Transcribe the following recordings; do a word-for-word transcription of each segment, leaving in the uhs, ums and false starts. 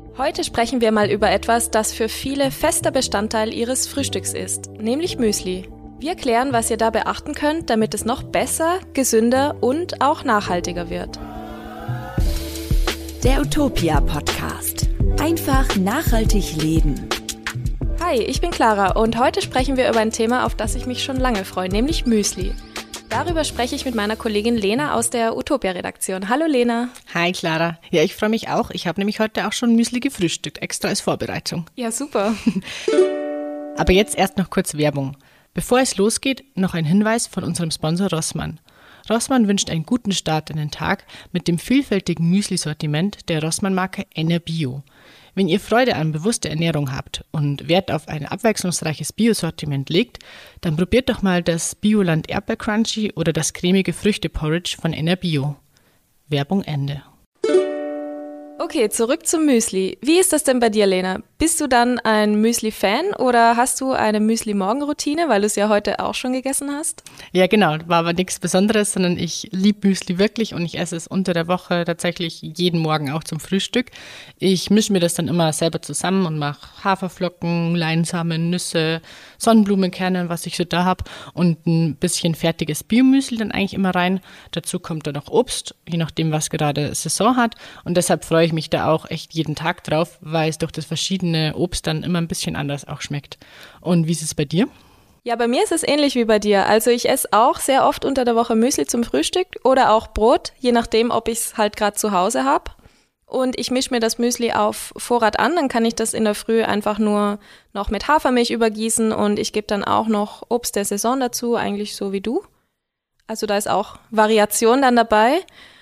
Heute sprechen wir mal über etwas, das für viele fester Bestandteil ihres Frühstücks ist, nämlich Müsli. Wir klären, was ihr da beachten könnt, damit es noch besser, gesünder und auch nachhaltiger wird. Der Utopia Podcast. Einfach nachhaltig leben. Hi, ich bin Clara und heute sprechen wir über ein Thema, auf das ich mich schon lange freue, nämlich Müsli. Darüber spreche ich mit meiner Kollegin Lena aus der Utopia-Redaktion. Hallo Lena. Hi Clara. Ja, ich freue mich auch. Ich habe nämlich heute auch schon Müsli gefrühstückt, extra als Vorbereitung. Ja, super. Aber jetzt erst noch kurz Werbung. Bevor es losgeht, noch ein Hinweis von unserem Sponsor Rossmann. Rossmann wünscht einen guten Start in den Tag mit dem vielfältigen Müsli-Sortiment der Rossmann-Marke Enerbio. Wenn ihr Freude an bewusster Ernährung habt und Wert auf ein abwechslungsreiches Bio-Sortiment legt, dann probiert doch mal das Bioland Erdbeer-Crunchy oder das cremige Früchte-Porridge von Enerbio. Werbung Ende. Okay, zurück zum Müsli. Wie ist das denn bei dir, Lena? Bist du dann ein Müsli-Fan oder hast du eine Müsli-Morgen-Routine, weil du es ja heute auch schon gegessen hast? Ja, genau. War aber nichts Besonderes, sondern ich liebe Müsli wirklich und ich esse es unter der Woche tatsächlich jeden Morgen auch zum Frühstück. Ich mische mir das dann immer selber zusammen und mache Haferflocken, Leinsamen, Nüsse, Sonnenblumenkerne, was ich so da habe und ein bisschen fertiges Biomüsli dann eigentlich immer rein. Dazu kommt dann noch Obst, je nachdem, was gerade Saison hat, und deshalb freue ich mich da auch echt jeden Tag drauf, weil es durch das verschiedene Obst dann immer ein bisschen anders auch schmeckt. Und wie ist es bei dir? Ja, bei mir ist es ähnlich wie bei dir. Also ich esse auch sehr oft unter der Woche Müsli zum Frühstück oder auch Brot, je nachdem, ob ich es halt gerade zu Hause habe. Und ich mische mir das Müsli auf Vorrat an, dann kann ich das in der Früh einfach nur noch mit Hafermilch übergießen und ich gebe dann auch noch Obst der Saison dazu, eigentlich so wie du. Also da ist auch Variation dann dabei.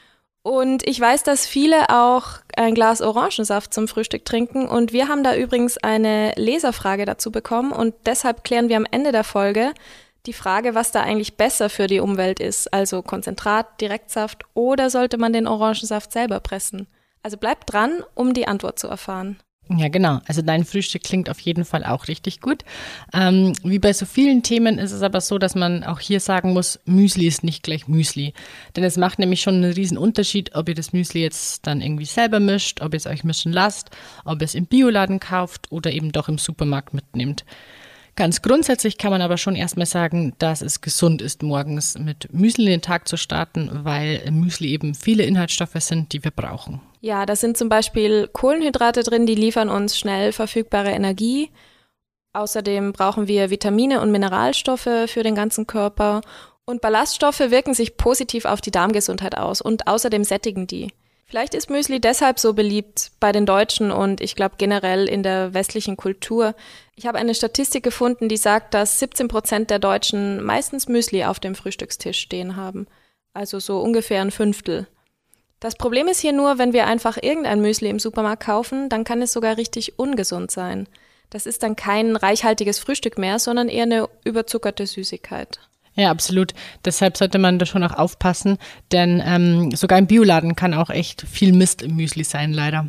Und ich weiß, dass viele auch ein Glas Orangensaft zum Frühstück trinken und wir haben da übrigens eine Leserfrage dazu bekommen und deshalb klären wir am Ende der Folge die Frage, was da eigentlich besser für die Umwelt ist, also Konzentrat, Direktsaft oder sollte man den Orangensaft selber pressen? Also bleibt dran, um die Antwort zu erfahren. Ja, genau. Also dein Frühstück klingt auf jeden Fall auch richtig gut. Ähm, wie bei so vielen Themen ist es aber so, dass man auch hier sagen muss, Müsli ist nicht gleich Müsli. Denn es macht nämlich schon einen riesen Unterschied, ob ihr das Müsli jetzt dann irgendwie selber mischt, ob ihr es euch mischen lasst, ob ihr es im Bioladen kauft oder eben doch im Supermarkt mitnehmt. Ganz grundsätzlich kann man aber schon erstmal sagen, dass es gesund ist, morgens mit Müsli in den Tag zu starten, weil im Müsli eben viele Inhaltsstoffe sind, die wir brauchen. Ja, da sind zum Beispiel Kohlenhydrate drin, die liefern uns schnell verfügbare Energie. Außerdem brauchen wir Vitamine und Mineralstoffe für den ganzen Körper. Und Ballaststoffe wirken sich positiv auf die Darmgesundheit aus und außerdem sättigen die. Vielleicht ist Müsli deshalb so beliebt bei den Deutschen und ich glaube generell in der westlichen Kultur. Ich habe eine Statistik gefunden, die sagt, dass siebzehn Prozent der Deutschen meistens Müsli auf dem Frühstückstisch stehen haben. Also so ungefähr ein Fünftel. Das Problem ist hier nur, wenn wir einfach irgendein Müsli im Supermarkt kaufen, dann kann es sogar richtig ungesund sein. Das ist dann kein reichhaltiges Frühstück mehr, sondern eher eine überzuckerte Süßigkeit. Ja, absolut. Deshalb sollte man da schon auch aufpassen, denn ähm, sogar im Bioladen kann auch echt viel Mist im Müsli sein, leider.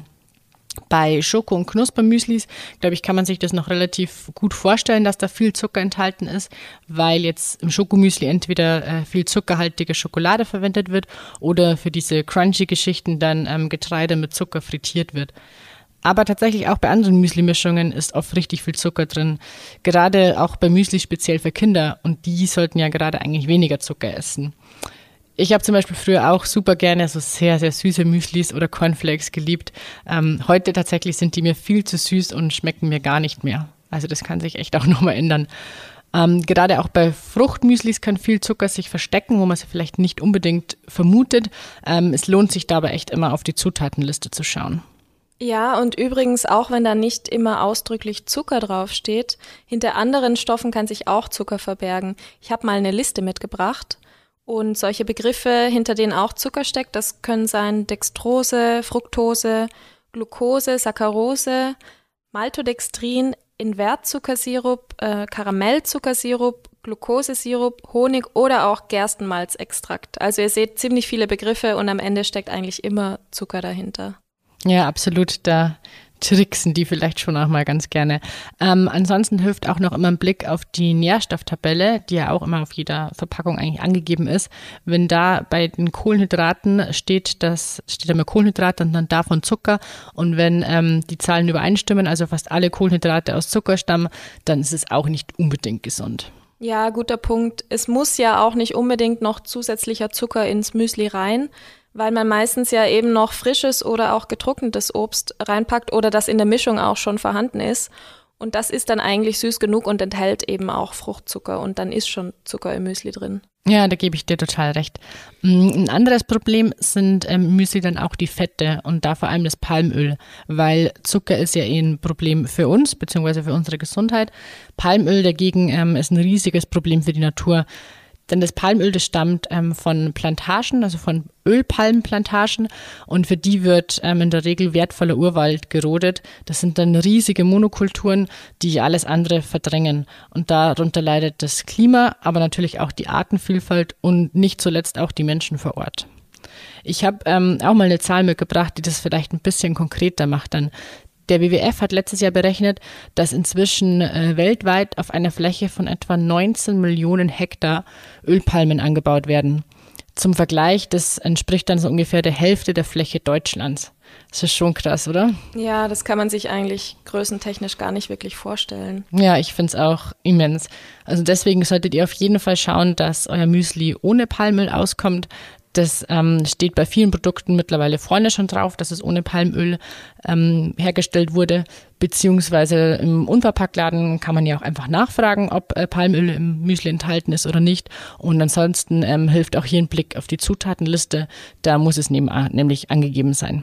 Bei Schoko- und Knuspermüslis, glaube ich, kann man sich das noch relativ gut vorstellen, dass da viel Zucker enthalten ist, weil jetzt im Schokomüsli entweder äh, viel zuckerhaltige Schokolade verwendet wird oder für diese Crunchy-Geschichten dann ähm, Getreide mit Zucker frittiert wird. Aber tatsächlich auch bei anderen Müsli-Mischungen ist oft richtig viel Zucker drin. Gerade auch bei Müsli speziell für Kinder und die sollten ja gerade eigentlich weniger Zucker essen. Ich habe zum Beispiel früher auch super gerne so sehr, sehr süße Müslis oder Cornflakes geliebt. Ähm, heute tatsächlich sind die mir viel zu süß und schmecken mir gar nicht mehr. Also das kann sich echt auch nochmal ändern. Ähm, gerade auch bei Fruchtmüslis kann viel Zucker sich verstecken, wo man es vielleicht nicht unbedingt vermutet. Ähm, es lohnt sich dabei echt immer auf die Zutatenliste zu schauen. Ja, und übrigens, auch wenn da nicht immer ausdrücklich Zucker draufsteht, hinter anderen Stoffen kann sich auch Zucker verbergen. Ich habe mal eine Liste mitgebracht und solche Begriffe, hinter denen auch Zucker steckt, das können sein Dextrose, Fructose, Glucose, Saccharose, Maltodextrin, Invertzuckersirup, äh, Karamellzuckersirup, Glukosesirup, Honig oder auch Gerstenmalzextrakt. Also ihr seht ziemlich viele Begriffe und am Ende steckt eigentlich immer Zucker dahinter. Ja, absolut. Da tricksen die vielleicht schon auch mal ganz gerne. Ähm, ansonsten hilft auch noch immer ein Blick auf die Nährstofftabelle, die ja auch immer auf jeder Verpackung eigentlich angegeben ist. Wenn da bei den Kohlenhydraten steht, das steht immer Kohlenhydrate und dann davon Zucker. Und wenn ähm, die Zahlen übereinstimmen, also fast alle Kohlenhydrate aus Zucker stammen, dann ist es auch nicht unbedingt gesund. Ja, guter Punkt. Es muss ja auch nicht unbedingt noch zusätzlicher Zucker ins Müsli rein, weil man meistens ja eben noch frisches oder auch getrocknetes Obst reinpackt oder das in der Mischung auch schon vorhanden ist. Und das ist dann eigentlich süß genug und enthält eben auch Fruchtzucker und dann ist schon Zucker im Müsli drin. Ja, da gebe ich dir total recht. Ein anderes Problem sind im Müsli dann auch die Fette und da vor allem das Palmöl, weil Zucker ist ja eh ein Problem für uns bzw. für unsere Gesundheit. Palmöl dagegen ähm, ist ein riesiges Problem für die Natur. Denn das Palmöl, das stammt ähm, von Plantagen, also von Ölpalmenplantagen und für die wird ähm, in der Regel wertvoller Urwald gerodet. Das sind dann riesige Monokulturen, die alles andere verdrängen und darunter leidet das Klima, aber natürlich auch die Artenvielfalt und nicht zuletzt auch die Menschen vor Ort. Ich habe ähm, auch mal eine Zahl mitgebracht, die das vielleicht ein bisschen konkreter macht dann. Der W W F hat letztes Jahr berechnet, dass inzwischen äh, weltweit auf einer Fläche von etwa neunzehn Millionen Hektar Ölpalmen angebaut werden. Zum Vergleich, das entspricht dann so ungefähr der Hälfte der Fläche Deutschlands. Das ist schon krass, oder? Ja, das kann man sich eigentlich größentechnisch gar nicht wirklich vorstellen. Ja, ich finde es auch immens. Also deswegen solltet ihr auf jeden Fall schauen, dass euer Müsli ohne Palmöl auskommt. Das ähm, steht bei vielen Produkten mittlerweile vorne schon drauf, dass es ohne Palmöl ähm, hergestellt wurde, beziehungsweise im Unverpacktladen kann man ja auch einfach nachfragen, ob äh, Palmöl im Müsli enthalten ist oder nicht. Und ansonsten ähm, hilft auch hier ein Blick auf die Zutatenliste, da muss es neben, nämlich angegeben sein.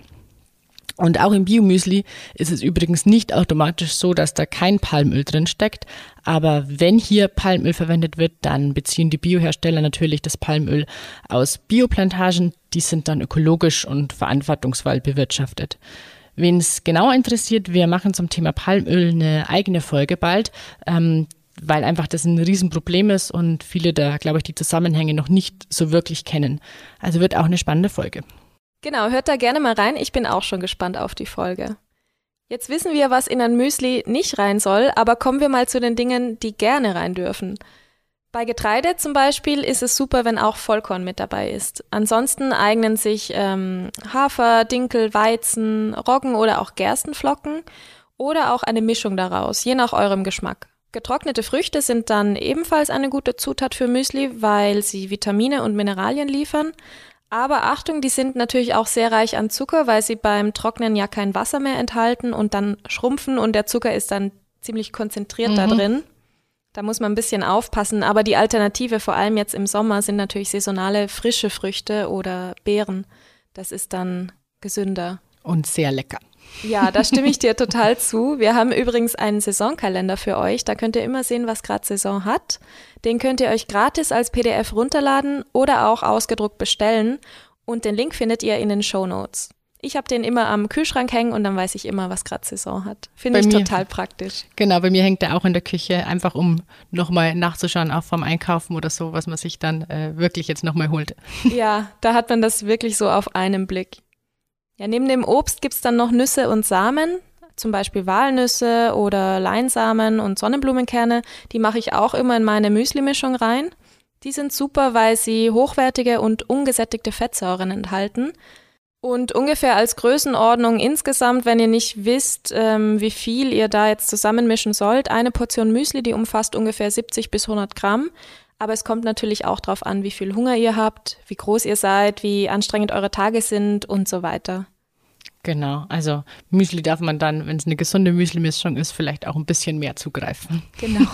Und auch im Biomüsli ist es übrigens nicht automatisch so, dass da kein Palmöl drin steckt. Aber wenn hier Palmöl verwendet wird, dann beziehen die Biohersteller natürlich das Palmöl aus Bioplantagen. Die sind dann ökologisch und verantwortungsvoll bewirtschaftet. Wen es genauer interessiert, wir machen zum Thema Palmöl eine eigene Folge bald, ähm, weil einfach das ein Riesenproblem ist und viele da, glaube ich, die Zusammenhänge noch nicht so wirklich kennen. Also wird auch eine spannende Folge. Genau, hört da gerne mal rein. Ich bin auch schon gespannt auf die Folge. Jetzt wissen wir, was in ein Müsli nicht rein soll, aber kommen wir mal zu den Dingen, die gerne rein dürfen. Bei Getreide zum Beispiel ist es super, wenn auch Vollkorn mit dabei ist. Ansonsten eignen sich ähm, Hafer, Dinkel, Weizen, Roggen oder auch Gerstenflocken oder auch eine Mischung daraus, je nach eurem Geschmack. Getrocknete Früchte sind dann ebenfalls eine gute Zutat für Müsli, weil sie Vitamine und Mineralien liefern. Aber Achtung, die sind natürlich auch sehr reich an Zucker, weil sie beim Trocknen ja kein Wasser mehr enthalten und dann schrumpfen und der Zucker ist dann ziemlich konzentriert mhm. da drin. Da muss man ein bisschen aufpassen, aber die Alternative, vor allem jetzt im Sommer, sind natürlich saisonale frische Früchte oder Beeren. Das ist dann gesünder. Und sehr lecker. Ja, da stimme ich dir total zu. Wir haben übrigens einen Saisonkalender für euch. Da könnt ihr immer sehen, was gerade Saison hat. Den könnt ihr euch gratis als P D F runterladen oder auch ausgedruckt bestellen. Und den Link findet ihr in den Shownotes. Ich habe den immer am Kühlschrank hängen und dann weiß ich immer, was gerade Saison hat. Finde ich total praktisch. Genau, bei mir hängt der auch in der Küche, einfach um nochmal nachzuschauen, auch vom Einkaufen oder so, was man sich dann äh, wirklich jetzt nochmal holt. Ja, da hat man das wirklich so auf einen Blick. Ja, neben dem Obst gibt's dann noch Nüsse und Samen, zum Beispiel Walnüsse oder Leinsamen und Sonnenblumenkerne. Die mache ich auch immer in meine Müsli-Mischung rein. Die sind super, weil sie hochwertige und ungesättigte Fettsäuren enthalten. Und ungefähr als Größenordnung insgesamt, wenn ihr nicht wisst, ähm, wie viel ihr da jetzt zusammenmischen sollt, eine Portion Müsli, die umfasst ungefähr siebzig bis hundert Gramm. Aber es kommt natürlich auch darauf an, wie viel Hunger ihr habt, wie groß ihr seid, wie anstrengend eure Tage sind und so weiter. Genau, also Müsli darf man dann, wenn es eine gesunde Müsli-Mischung ist, vielleicht auch ein bisschen mehr zugreifen. Genau.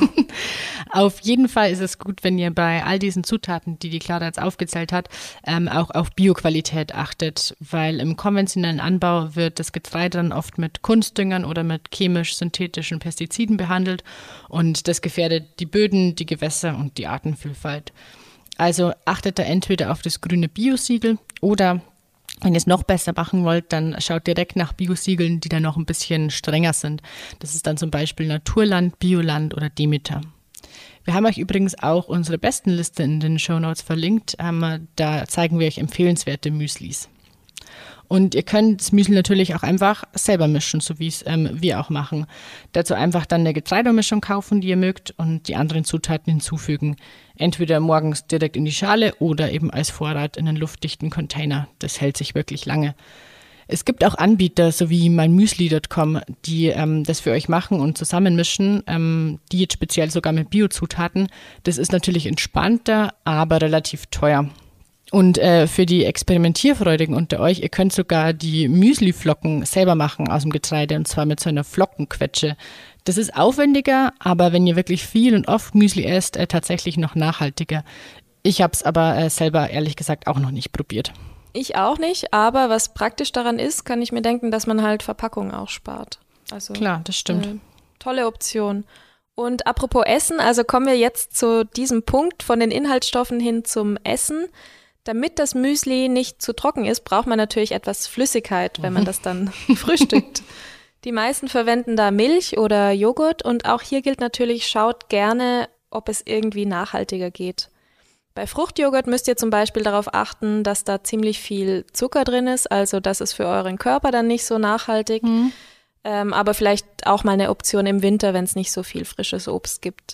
Auf jeden Fall ist es gut, wenn ihr bei all diesen Zutaten, die die Clara jetzt aufgezählt hat, ähm, auch auf Bioqualität achtet, weil im konventionellen Anbau wird das Getreide dann oft mit Kunstdüngern oder mit chemisch-synthetischen Pestiziden behandelt und das gefährdet die Böden, die Gewässer und die Artenvielfalt. Also achtet da entweder auf das grüne Bio-Siegel oder wenn ihr es noch besser machen wollt, dann schaut direkt nach Biosiegeln, die dann noch ein bisschen strenger sind. Das ist dann zum Beispiel Naturland, Bioland oder Demeter. Wir haben euch übrigens auch unsere Bestenliste in den Shownotes verlinkt. Ähm, da zeigen wir euch empfehlenswerte Müslis. Und ihr könnt das Müsli natürlich auch einfach selber mischen, so wie es ähm, wir auch machen. Dazu einfach dann eine Getreidemischung kaufen, die ihr mögt, und die anderen Zutaten hinzufügen. Entweder morgens direkt in die Schale oder eben als Vorrat in einen luftdichten Container. Das hält sich wirklich lange. Es gibt auch Anbieter, so wie meinmüsli Punkt com, die ähm, das für euch machen und zusammenmischen, ähm, die jetzt speziell sogar mit Biozutaten. Das ist natürlich entspannter, aber relativ teuer. Und äh, für die Experimentierfreudigen unter euch, ihr könnt sogar die Müsliflocken selber machen aus dem Getreide, und zwar mit so einer Flockenquetsche. Das ist aufwendiger, aber wenn ihr wirklich viel und oft Müsli esst, äh, tatsächlich noch nachhaltiger. Ich habe es aber äh, selber ehrlich gesagt auch noch nicht probiert. Ich auch nicht, aber was praktisch daran ist, kann ich mir denken, dass man halt Verpackungen auch spart. Also, klar, das stimmt. Äh, tolle Option. Und apropos Essen, also kommen wir jetzt zu diesem Punkt von den Inhaltsstoffen hin zum Essen. Damit das Müsli nicht zu trocken ist, braucht man natürlich etwas Flüssigkeit, wenn man das dann frühstückt. Die meisten verwenden da Milch oder Joghurt, und auch hier gilt natürlich, schaut gerne, ob es irgendwie nachhaltiger geht. Bei Fruchtjoghurt müsst ihr zum Beispiel darauf achten, dass da ziemlich viel Zucker drin ist, also das ist für euren Körper dann nicht so nachhaltig, mhm. ähm, aber vielleicht auch mal eine Option im Winter, wenn es nicht so viel frisches Obst gibt.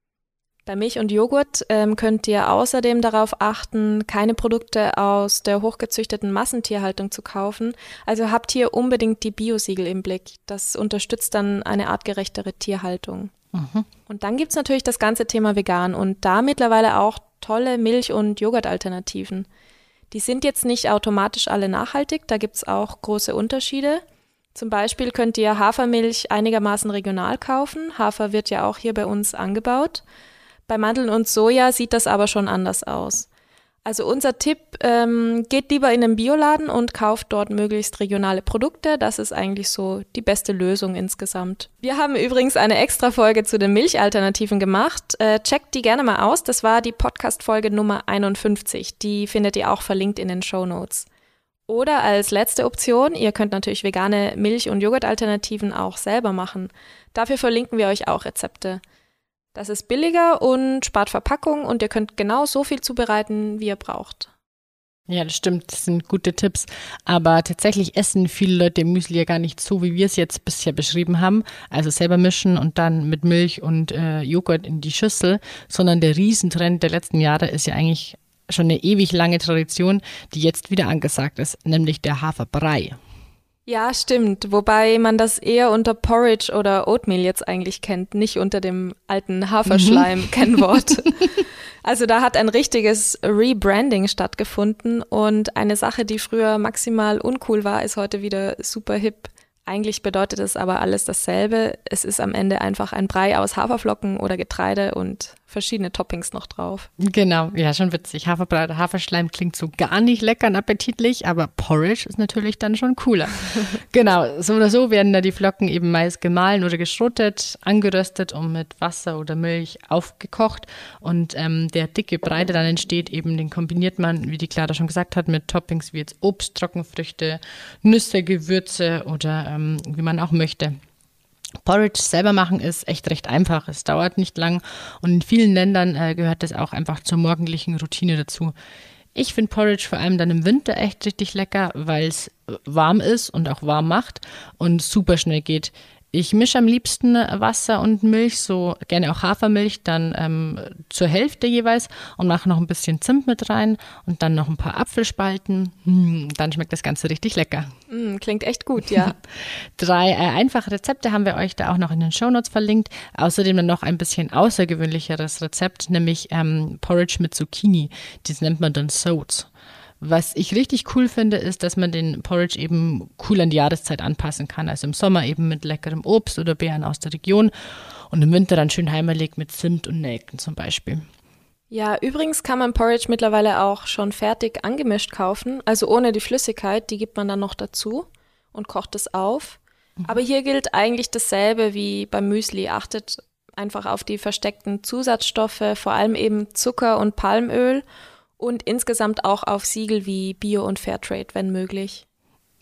Bei Milch und Joghurt ähm, könnt ihr außerdem darauf achten, keine Produkte aus der hochgezüchteten Massentierhaltung zu kaufen. Also habt hier unbedingt die Biosiegel im Blick. Das unterstützt dann eine artgerechtere Tierhaltung. Mhm. Und dann gibt's natürlich das ganze Thema vegan und da mittlerweile auch tolle Milch- und Joghurtalternativen. Die sind jetzt nicht automatisch alle nachhaltig, da gibt's auch große Unterschiede. Zum Beispiel könnt ihr Hafermilch einigermaßen regional kaufen. Hafer wird ja auch hier bei uns angebaut. Bei Mandeln und Soja sieht das aber schon anders aus. Also unser Tipp, ähm, geht lieber in den Bioladen und kauft dort möglichst regionale Produkte. Das ist eigentlich so die beste Lösung insgesamt. Wir haben übrigens eine Extra-Folge zu den Milchalternativen gemacht. Äh, checkt die gerne mal aus. Das war die Podcast-Folge Nummer einundfünfzig. Die findet ihr auch verlinkt in den Shownotes. Oder als letzte Option, ihr könnt natürlich vegane Milch- und Joghurtalternativen auch selber machen. Dafür verlinken wir euch auch Rezepte. Das ist billiger und spart Verpackung und ihr könnt genau so viel zubereiten, wie ihr braucht. Ja, das stimmt, das sind gute Tipps. Aber tatsächlich essen viele Leute Müsli ja gar nicht so, wie wir es jetzt bisher beschrieben haben. Also selber mischen und dann mit Milch und äh, Joghurt in die Schüssel. Sondern der Riesentrend der letzten Jahre ist ja eigentlich schon eine ewig lange Tradition, die jetzt wieder angesagt ist, nämlich der Haferbrei. Ja, stimmt. Wobei man das eher unter Porridge oder Oatmeal jetzt eigentlich kennt, nicht unter dem alten Haferschleim-Kennwort. Also da hat ein richtiges Rebranding stattgefunden und eine Sache, die früher maximal uncool war, ist heute wieder super hip. Eigentlich bedeutet es aber alles dasselbe. Es ist am Ende einfach ein Brei aus Haferflocken oder Getreide und verschiedene Toppings noch drauf. Genau, ja, schon witzig. Haferbrei oder Haferschleim klingt so gar nicht lecker und appetitlich, aber Porridge ist natürlich dann schon cooler. Genau, so oder so werden da die Flocken eben meist gemahlen oder geschrottet, angeröstet und mit Wasser oder Milch aufgekocht. Und ähm, der dicke Brei, der dann entsteht, eben den kombiniert man, wie die Clara schon gesagt hat, mit Toppings wie jetzt Obst, Trockenfrüchte, Nüsse, Gewürze oder ähm, wie man auch möchte. Porridge selber machen ist echt recht einfach. Es dauert nicht lang und in vielen Ländern äh, gehört das auch einfach zur morgendlichen Routine dazu. Ich finde Porridge vor allem dann im Winter echt richtig lecker, weil es warm ist und auch warm macht und super schnell geht. Ich mische am liebsten Wasser und Milch, so gerne auch Hafermilch, dann ähm, zur Hälfte jeweils und mache noch ein bisschen Zimt mit rein und dann noch ein paar Apfelspalten. Hm, dann schmeckt das Ganze richtig lecker. Mm, klingt echt gut, ja. Drei äh, einfache Rezepte haben wir euch da auch noch in den Shownotes verlinkt. Außerdem dann noch ein bisschen außergewöhnlicheres Rezept, nämlich ähm, Porridge mit Zucchini. Das nennt man dann Sotes. Was ich richtig cool finde, ist, dass man den Porridge eben cool an die Jahreszeit anpassen kann. Also im Sommer eben mit leckerem Obst oder Beeren aus der Region und im Winter dann schön heimelig mit Zimt und Nelken zum Beispiel. Ja, übrigens kann man Porridge mittlerweile auch schon fertig angemischt kaufen, also ohne die Flüssigkeit, die gibt man dann noch dazu und kocht es auf. Mhm. Aber hier gilt eigentlich dasselbe wie beim Müsli. Achtet einfach auf die versteckten Zusatzstoffe, vor allem eben Zucker und Palmöl. Und insgesamt auch auf Siegel wie Bio und Fairtrade, wenn möglich.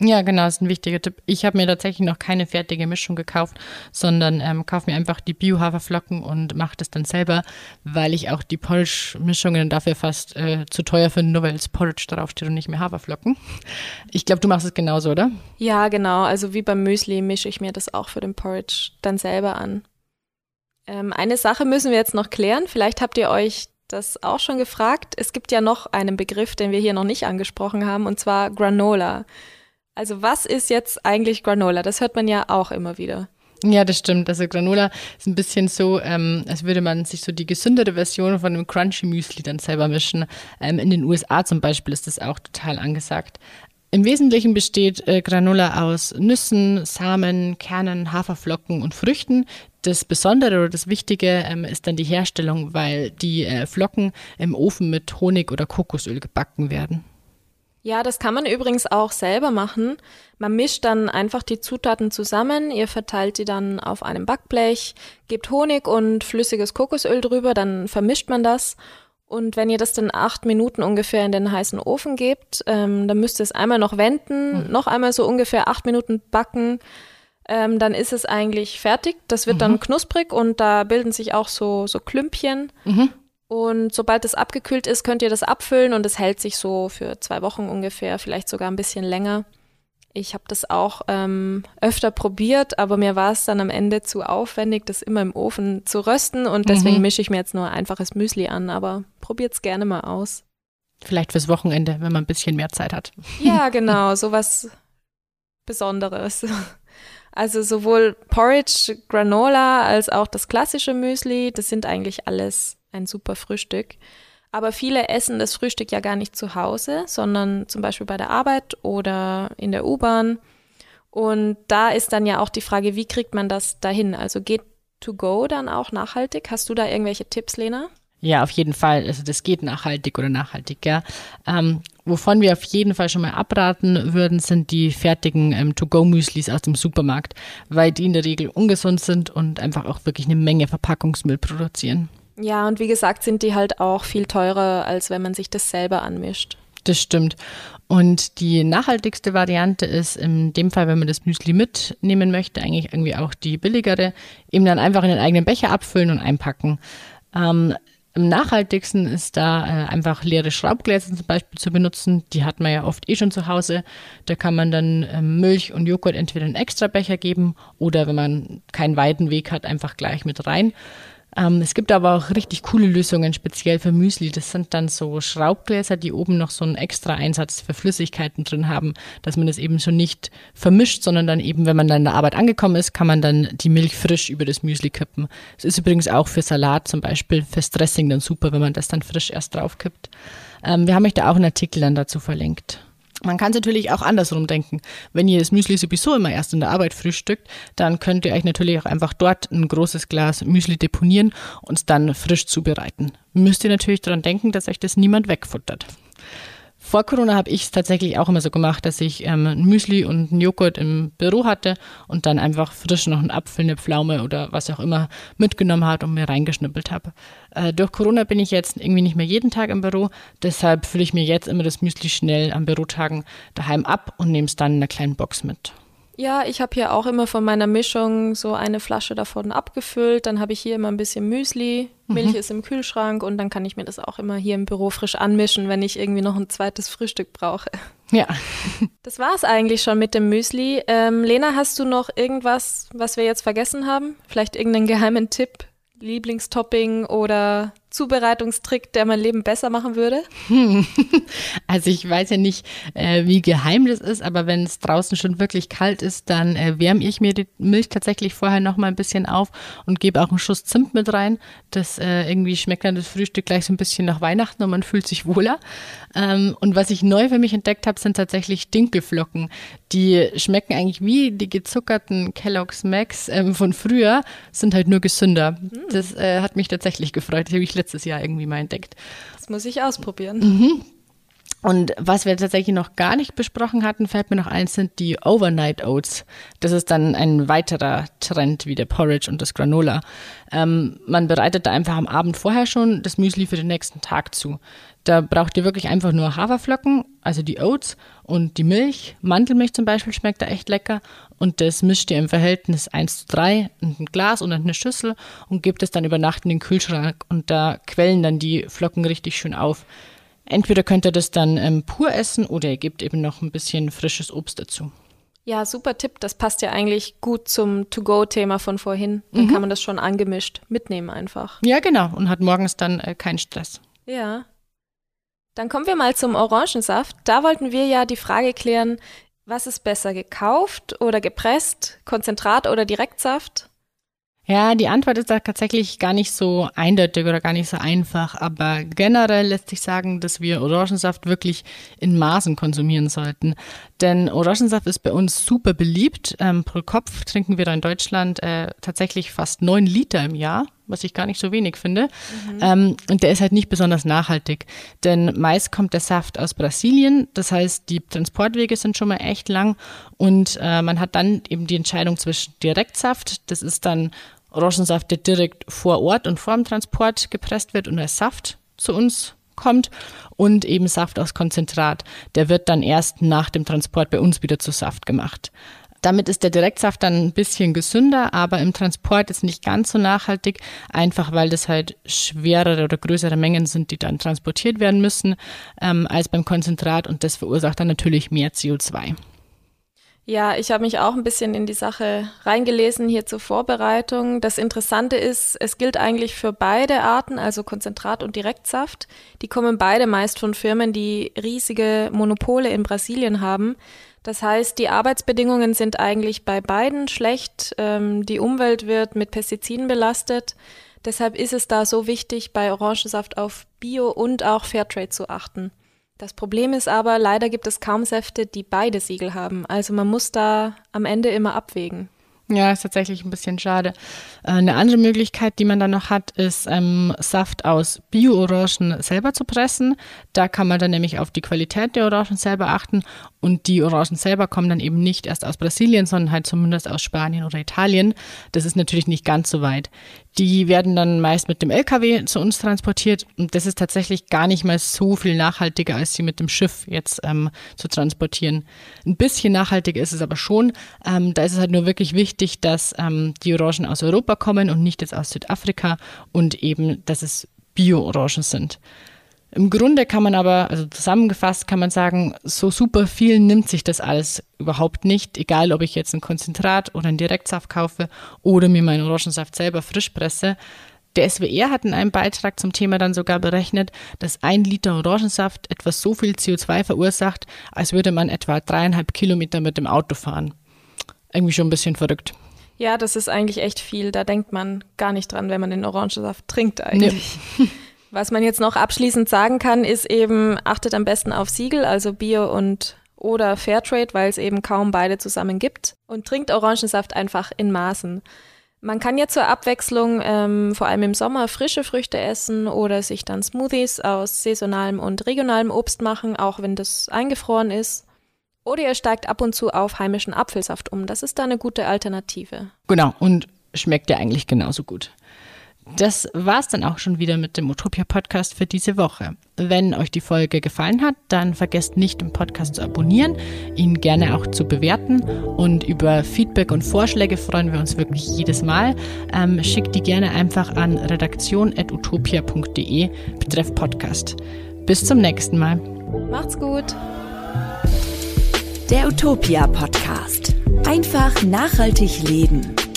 Ja, genau, das ist ein wichtiger Tipp. Ich habe mir tatsächlich noch keine fertige Mischung gekauft, sondern ähm, kaufe mir einfach die Bio-Haferflocken und mache das dann selber, weil ich auch die Porridge-Mischungen dafür fast äh, zu teuer finde, nur weil es Porridge draufsteht und nicht mehr Haferflocken. Ich glaube, du machst es genauso, oder? Ja, genau. Also wie beim Müsli mische ich mir das auch für den Porridge dann selber an. Ähm, eine Sache müssen wir jetzt noch klären. Vielleicht habt ihr euch das auch schon gefragt. Es gibt ja noch einen Begriff, den wir hier noch nicht angesprochen haben, und zwar Granola. Also was ist jetzt eigentlich Granola? Das hört man ja auch immer wieder. Ja, das stimmt. Also Granola ist ein bisschen so, ähm, als würde man sich so die gesündere Version von einem Crunchy Müsli dann selber mischen. Ähm, in den U S A zum Beispiel ist das auch total angesagt. Im Wesentlichen besteht äh, Granola aus Nüssen, Samen, Kernen, Haferflocken und Früchten. Das Besondere oder das Wichtige ähm, ist dann die Herstellung, weil die äh, Flocken im Ofen mit Honig oder Kokosöl gebacken werden. Ja, das kann man übrigens auch selber machen. Man mischt dann einfach die Zutaten zusammen, ihr verteilt die dann auf einem Backblech, gebt Honig und flüssiges Kokosöl drüber, dann vermischt man das. Und wenn ihr das dann acht Minuten ungefähr in den heißen Ofen gebt, ähm, dann müsst ihr es einmal noch wenden, mhm. noch einmal so ungefähr acht Minuten backen, ähm, dann ist es eigentlich fertig. Das wird mhm. dann knusprig und da bilden sich auch so, so Klümpchen. Mhm. Und sobald es abgekühlt ist, könnt ihr das abfüllen und es hält sich so für zwei Wochen ungefähr, vielleicht sogar ein bisschen länger. Ich habe das auch ähm, öfter probiert, aber mir war es dann am Ende zu aufwendig, das immer im Ofen zu rösten und deswegen mhm. mische ich mir jetzt nur einfaches Müsli an, aber probiert's gerne mal aus. Vielleicht fürs Wochenende, wenn man ein bisschen mehr Zeit hat. Ja, genau, sowas Besonderes. Also sowohl Porridge, Granola als auch das klassische Müsli, das sind eigentlich alles ein super Frühstück. Aber viele essen das Frühstück ja gar nicht zu Hause, sondern zum Beispiel bei der Arbeit oder in der U-Bahn. Und da ist dann ja auch die Frage, wie kriegt man das dahin? Also geht to go dann auch nachhaltig? Hast du da irgendwelche Tipps, Lena? Ja, auf jeden Fall. Also das geht nachhaltig oder nachhaltig, ja. Ähm, wovon wir auf jeden Fall schon mal abraten würden, sind die fertigen ähm, To-Go-Müslis aus dem Supermarkt, weil die in der Regel ungesund sind und einfach auch wirklich eine Menge Verpackungsmüll produzieren. Ja, und wie gesagt, sind die halt auch viel teurer, als wenn man sich das selber anmischt. Das stimmt. Und die nachhaltigste Variante ist in dem Fall, wenn man das Müsli mitnehmen möchte, eigentlich irgendwie auch die billigere, eben dann einfach in den eigenen Becher abfüllen und einpacken. Ähm, Am nachhaltigsten ist da äh, einfach leere Schraubgläser zum Beispiel zu benutzen. Die hat man ja oft eh schon zu Hause. Da kann man dann ähm, Milch und Joghurt entweder in einen Extrabecher geben oder wenn man keinen weiten Weg hat, einfach gleich mit rein. Ähm, es gibt aber auch richtig coole Lösungen, speziell für Müsli. Das sind dann so Schraubgläser, die oben noch so einen extra Einsatz für Flüssigkeiten drin haben, dass man das eben schon nicht vermischt, sondern dann eben, wenn man dann in der Arbeit angekommen ist, kann man dann die Milch frisch über das Müsli kippen. Es ist übrigens auch für Salat zum Beispiel, fürs Dressing dann super, wenn man das dann frisch erst drauf kippt. Ähm, wir haben euch da auch einen Artikel dann dazu verlinkt. Man kann es natürlich auch andersrum denken. Wenn ihr das Müsli sowieso immer erst in der Arbeit frühstückt, dann könnt ihr euch natürlich auch einfach dort ein großes Glas Müsli deponieren und es dann frisch zubereiten. Müsst ihr natürlich daran denken, dass euch das niemand wegfuttert. Vor Corona habe ich es tatsächlich auch immer so gemacht, dass ich ähm, ein Müsli und einen Joghurt im Büro hatte und dann einfach frisch noch einen Apfel, eine Pflaume oder was auch immer mitgenommen habe und mir reingeschnippelt habe. Äh, durch Corona bin ich jetzt irgendwie nicht mehr jeden Tag im Büro, deshalb fülle ich mir jetzt immer das Müsli schnell an Bürotagen daheim ab und nehme es dann in einer kleinen Box mit. Ja, ich habe hier auch immer von meiner Mischung so eine Flasche davon abgefüllt. Dann habe ich hier immer ein bisschen Müsli, Milch mhm. ist im Kühlschrank und dann kann ich mir das auch immer hier im Büro frisch anmischen, wenn ich irgendwie noch ein zweites Frühstück brauche. Ja. Das war's eigentlich schon mit dem Müsli. Ähm, Lena, hast du noch irgendwas, was wir jetzt vergessen haben? Vielleicht irgendeinen geheimen Tipp, Lieblingstopping oder Zubereitungstrick, der mein Leben besser machen würde? Hm. Also ich weiß ja nicht, äh, wie geheim das ist, aber wenn es draußen schon wirklich kalt ist, dann äh, wärme ich mir die Milch tatsächlich vorher noch mal ein bisschen auf und gebe auch einen Schuss Zimt mit rein. Das äh, irgendwie schmeckt dann das Frühstück gleich so ein bisschen nach Weihnachten und man fühlt sich wohler. Ähm, und was ich neu für mich entdeckt habe, sind tatsächlich Dinkelflocken. Die schmecken eigentlich wie die gezuckerten Kellogg's Max ähm, von früher, sind halt nur gesünder. Mhm. Das äh, hat mich tatsächlich gefreut. Das habe ich letztes Jahr irgendwie mal entdeckt. Das muss ich ausprobieren. Mhm. Und was wir tatsächlich noch gar nicht besprochen hatten, fällt mir noch ein, sind die Overnight Oats. Das ist dann ein weiterer Trend wie der Porridge und das Granola. Ähm, man bereitet da einfach am Abend vorher schon das Müsli für den nächsten Tag zu. Da braucht ihr wirklich einfach nur Haferflocken, also die Oats und die Milch. Mandelmilch zum Beispiel schmeckt da echt lecker. Und das mischt ihr im Verhältnis eins zu drei in ein Glas oder eine Schüssel und gebt es dann über Nacht in den Kühlschrank. Und da quellen dann die Flocken richtig schön auf. Entweder könnt ihr das dann ähm, pur essen oder ihr gebt eben noch ein bisschen frisches Obst dazu. Ja, super Tipp. Das passt ja eigentlich gut zum To-Go-Thema von vorhin. Dann mhm. kann man das schon angemischt mitnehmen einfach. Ja, genau. Und hat morgens dann äh, keinen Stress. Ja. Dann kommen wir mal zum Orangensaft. Da wollten wir ja die Frage klären, was ist besser, gekauft oder gepresst, Konzentrat oder Direktsaft? Ja, die Antwort ist da tatsächlich gar nicht so eindeutig oder gar nicht so einfach, aber generell lässt sich sagen, dass wir Orangensaft wirklich in Maßen konsumieren sollten. Denn Orangensaft ist bei uns super beliebt. Ähm, pro Kopf trinken wir da in Deutschland äh, tatsächlich fast neun Liter im Jahr, was ich gar nicht so wenig finde. Mhm. Ähm, und der ist halt nicht besonders nachhaltig, denn meist kommt der Saft aus Brasilien. Das heißt, die Transportwege sind schon mal echt lang und äh, man hat dann eben die Entscheidung zwischen Direktsaft, das ist dann Orangensaft, der direkt vor Ort und vor dem Transport gepresst wird und als Saft zu uns kommt, und eben Saft aus Konzentrat. Der wird dann erst nach dem Transport bei uns wieder zu Saft gemacht. Damit ist der Direktsaft dann ein bisschen gesünder, aber im Transport ist nicht ganz so nachhaltig, einfach weil das halt schwerere oder größere Mengen sind, die dann transportiert werden müssen, ähm, als beim Konzentrat, und das verursacht dann natürlich mehr C O zwei. Ja, ich habe mich auch ein bisschen in die Sache reingelesen hier zur Vorbereitung. Das Interessante ist, es gilt eigentlich für beide Arten, also Konzentrat und Direktsaft. Die kommen beide meist von Firmen, die riesige Monopole in Brasilien haben. Das heißt, die Arbeitsbedingungen sind eigentlich bei beiden schlecht. Ähm, die Umwelt wird mit Pestiziden belastet. Deshalb ist es da so wichtig, bei Orangensaft auf Bio und auch Fairtrade zu achten. Das Problem ist aber, leider gibt es kaum Säfte, die beide Siegel haben. Also man muss da am Ende immer abwägen. Ja, ist tatsächlich ein bisschen schade. Eine andere Möglichkeit, die man dann noch hat, ist ähm, Saft aus Bio-Orangen selber zu pressen. Da kann man dann nämlich auf die Qualität der Orangen selber achten, und die Orangen selber kommen dann eben nicht erst aus Brasilien, sondern halt zumindest aus Spanien oder Italien. Das ist natürlich nicht ganz so weit. Die werden dann meist mit dem L K W zu uns transportiert, und das ist tatsächlich gar nicht mal so viel nachhaltiger, als sie mit dem Schiff jetzt ähm, zu transportieren. Ein bisschen nachhaltiger ist es aber schon. Ähm, da ist es halt nur wirklich wichtig, dass ähm, die Orangen aus Europa kommen und nicht jetzt aus Südafrika, und eben, dass es Bio-Orangen sind. Im Grunde kann man aber, also zusammengefasst kann man sagen, so super viel nimmt sich das alles überhaupt nicht, egal ob ich jetzt ein Konzentrat oder einen Direktsaft kaufe oder mir meinen Orangensaft selber frisch presse. Der S W R hat in einem Beitrag zum Thema dann sogar berechnet, dass ein Liter Orangensaft etwa so viel C O zwei verursacht, als würde man etwa dreieinhalb Kilometer mit dem Auto fahren. Irgendwie schon ein bisschen verrückt. Ja, das ist eigentlich echt viel. Da denkt man gar nicht dran, wenn man den Orangensaft trinkt eigentlich. Nee. Was man jetzt noch abschließend sagen kann, ist eben, achtet am besten auf Siegel, also Bio und oder Fairtrade, weil es eben kaum beide zusammen gibt. Und trinkt Orangensaft einfach in Maßen. Man kann ja zur Abwechslung ähm, vor allem im Sommer frische Früchte essen oder sich dann Smoothies aus saisonalem und regionalem Obst machen, auch wenn das eingefroren ist. Oder ihr steigt ab und zu auf heimischen Apfelsaft um. Das ist da eine gute Alternative. Genau, und schmeckt ja eigentlich genauso gut. Das war's dann auch schon wieder mit dem Utopia-Podcast für diese Woche. Wenn euch die Folge gefallen hat, dann vergesst nicht, den Podcast zu abonnieren, ihn gerne auch zu bewerten, und über Feedback und Vorschläge freuen wir uns wirklich jedes Mal. Ähm, schickt die gerne einfach an redaktion at utopia punkt de betreff Podcast. Bis zum nächsten Mal. Macht's gut. Der Utopia-Podcast. Einfach nachhaltig leben.